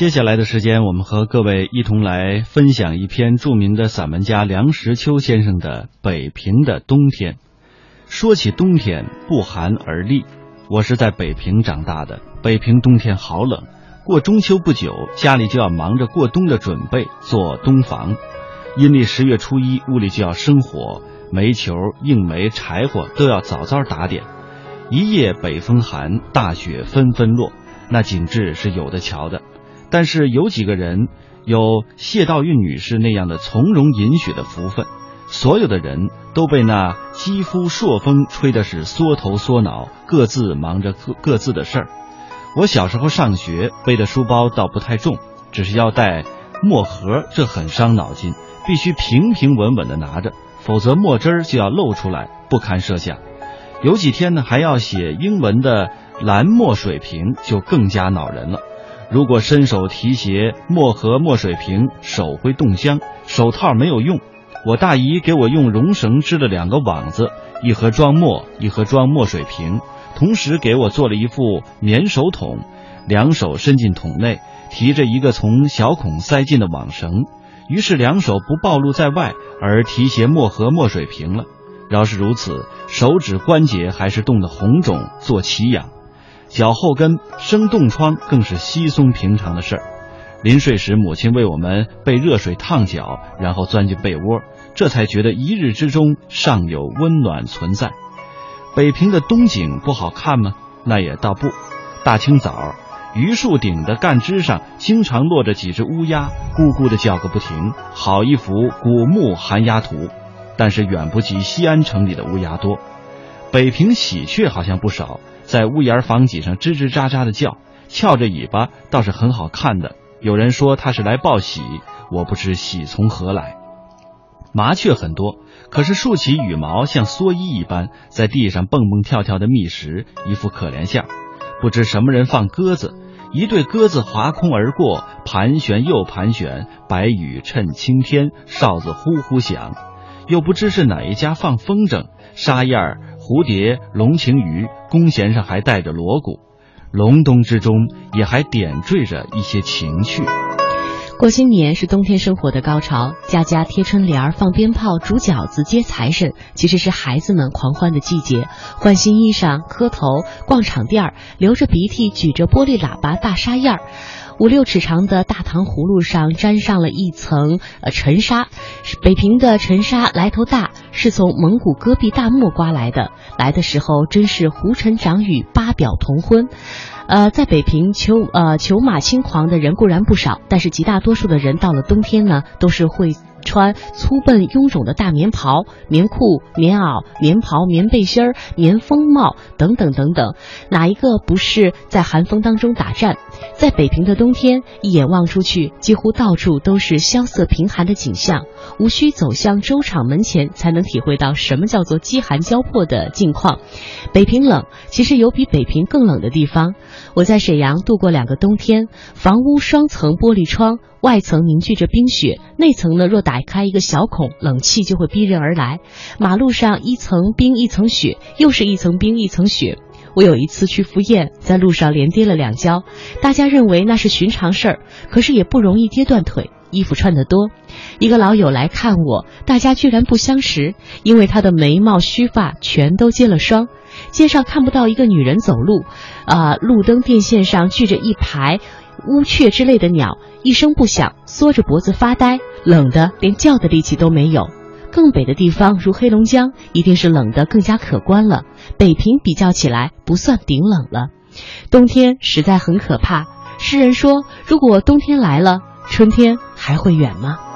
接下来的时间，我们和各位一同来分享一篇著名的散文家梁实秋先生的《北平的冬天》。说起冬天，不寒而栗。我是在北平长大的，北平冬天好冷。过中秋不久，家里就要忙着过冬的准备，做冬房。阴历10月初1，屋里就要生火，煤球、硬煤、柴火都要早早打点。一夜北风寒，大雪纷纷落，那景致是有的瞧的。但是有几个人有谢道韫女士那样的从容饮雪的福分，所有的人都被那肌肤朔风吹的是缩头缩脑，各自忙着各自的事儿。我小时候上学背的书包倒不太重，只是要带墨盒，这很伤脑筋，必须平平稳稳地拿着，否则墨汁儿就要漏出来，不堪设想。有几天呢，还要写英文的蓝墨水平，就更加恼人了。如果伸手提携墨盒墨水瓶，手会冻僵，手套没有用。我大姨给我用绒绳织了2个网子，一盒装墨，一盒装墨水瓶，同时给我做了一副棉手桶，两手伸进桶内，提着一个从小孔塞进的网绳，于是两手不暴露在外，而提携墨盒墨水瓶了。饶是如此，手指关节还是冻得红肿，做奇痒。脚后跟生冻疮更是稀松平常的事儿。临睡时，母亲为我们被热水烫脚，然后钻进被窝，这才觉得一日之中尚有温暖存在。北平的冬景不好看吗？那也倒不。大清早，榆树顶的干枝上经常落着几只乌鸦，咕咕地叫个不停，好一幅古木寒鸦图，但是远不及西安城里的乌鸦多。北平喜鹊好像不少，在屋檐房脊上吱吱喳喳地叫，翘着尾巴倒是很好看的。有人说它是来报喜，我不知喜从何来。麻雀很多，可是竖起羽毛像蓑衣一般，在地上蹦蹦跳跳的觅食，一副可怜相。不知什么人放鸽子，一对鸽子划空而过，盘旋又盘旋，白羽衬青天，哨子呼呼响。又不知是哪一家放风筝，沙燕、蝴蝶、龙情鱼，弓弦上还带着锣鼓，隆冬之中也还点缀着一些情趣。 过新年是冬天生活的高潮，家家贴春联、放鞭炮、煮饺子、接财神，其实是孩子们狂欢的季节。换新衣裳、磕头、逛场店，流着鼻涕举着玻璃喇叭大沙燕，5、6尺长的大糖葫芦上沾上了一层尘沙。北平的尘沙来头大，是从蒙古戈壁大漠刮来的，来的时候真是胡尘长雨，八表同婚。在北平裘马轻狂的人固然不少，但是极大多数的人到了冬天呢，都是会穿粗笨臃肿的大棉袍、棉裤、棉袄、棉袍、棉背心儿、棉风帽等等等等，哪一个不是在寒风当中打战？在北平的冬天，一眼望出去，几乎到处都是萧瑟贫寒的景象，无需走向粥厂门前才能体会到什么叫做饥寒交迫的境况。北平冷，其实有比北平更冷的地方。我在沈阳度过2个冬天，房屋双层玻璃窗，外层凝聚着冰雪，内层呢若打开一个小孔，冷气就会逼人而来。马路上一层冰一层雪，又是一层冰一层雪。我有一次去赴宴，在路上连跌了2跤，大家认为那是寻常事儿，可是也不容易跌断腿，衣服穿得多。一个老友来看我，大家居然不相识，因为他的眉毛须发全都结了霜。街上看不到一个女人走路，路灯电线上聚着一排乌鹊之类的鸟，一声不响，缩着脖子发呆，冷得连叫的力气都没有。更北的地方如黑龙江，一定是冷得更加可观了。北平比较起来不算顶冷了。冬天实在很可怕，诗人说，如果冬天来了，春天还会远吗？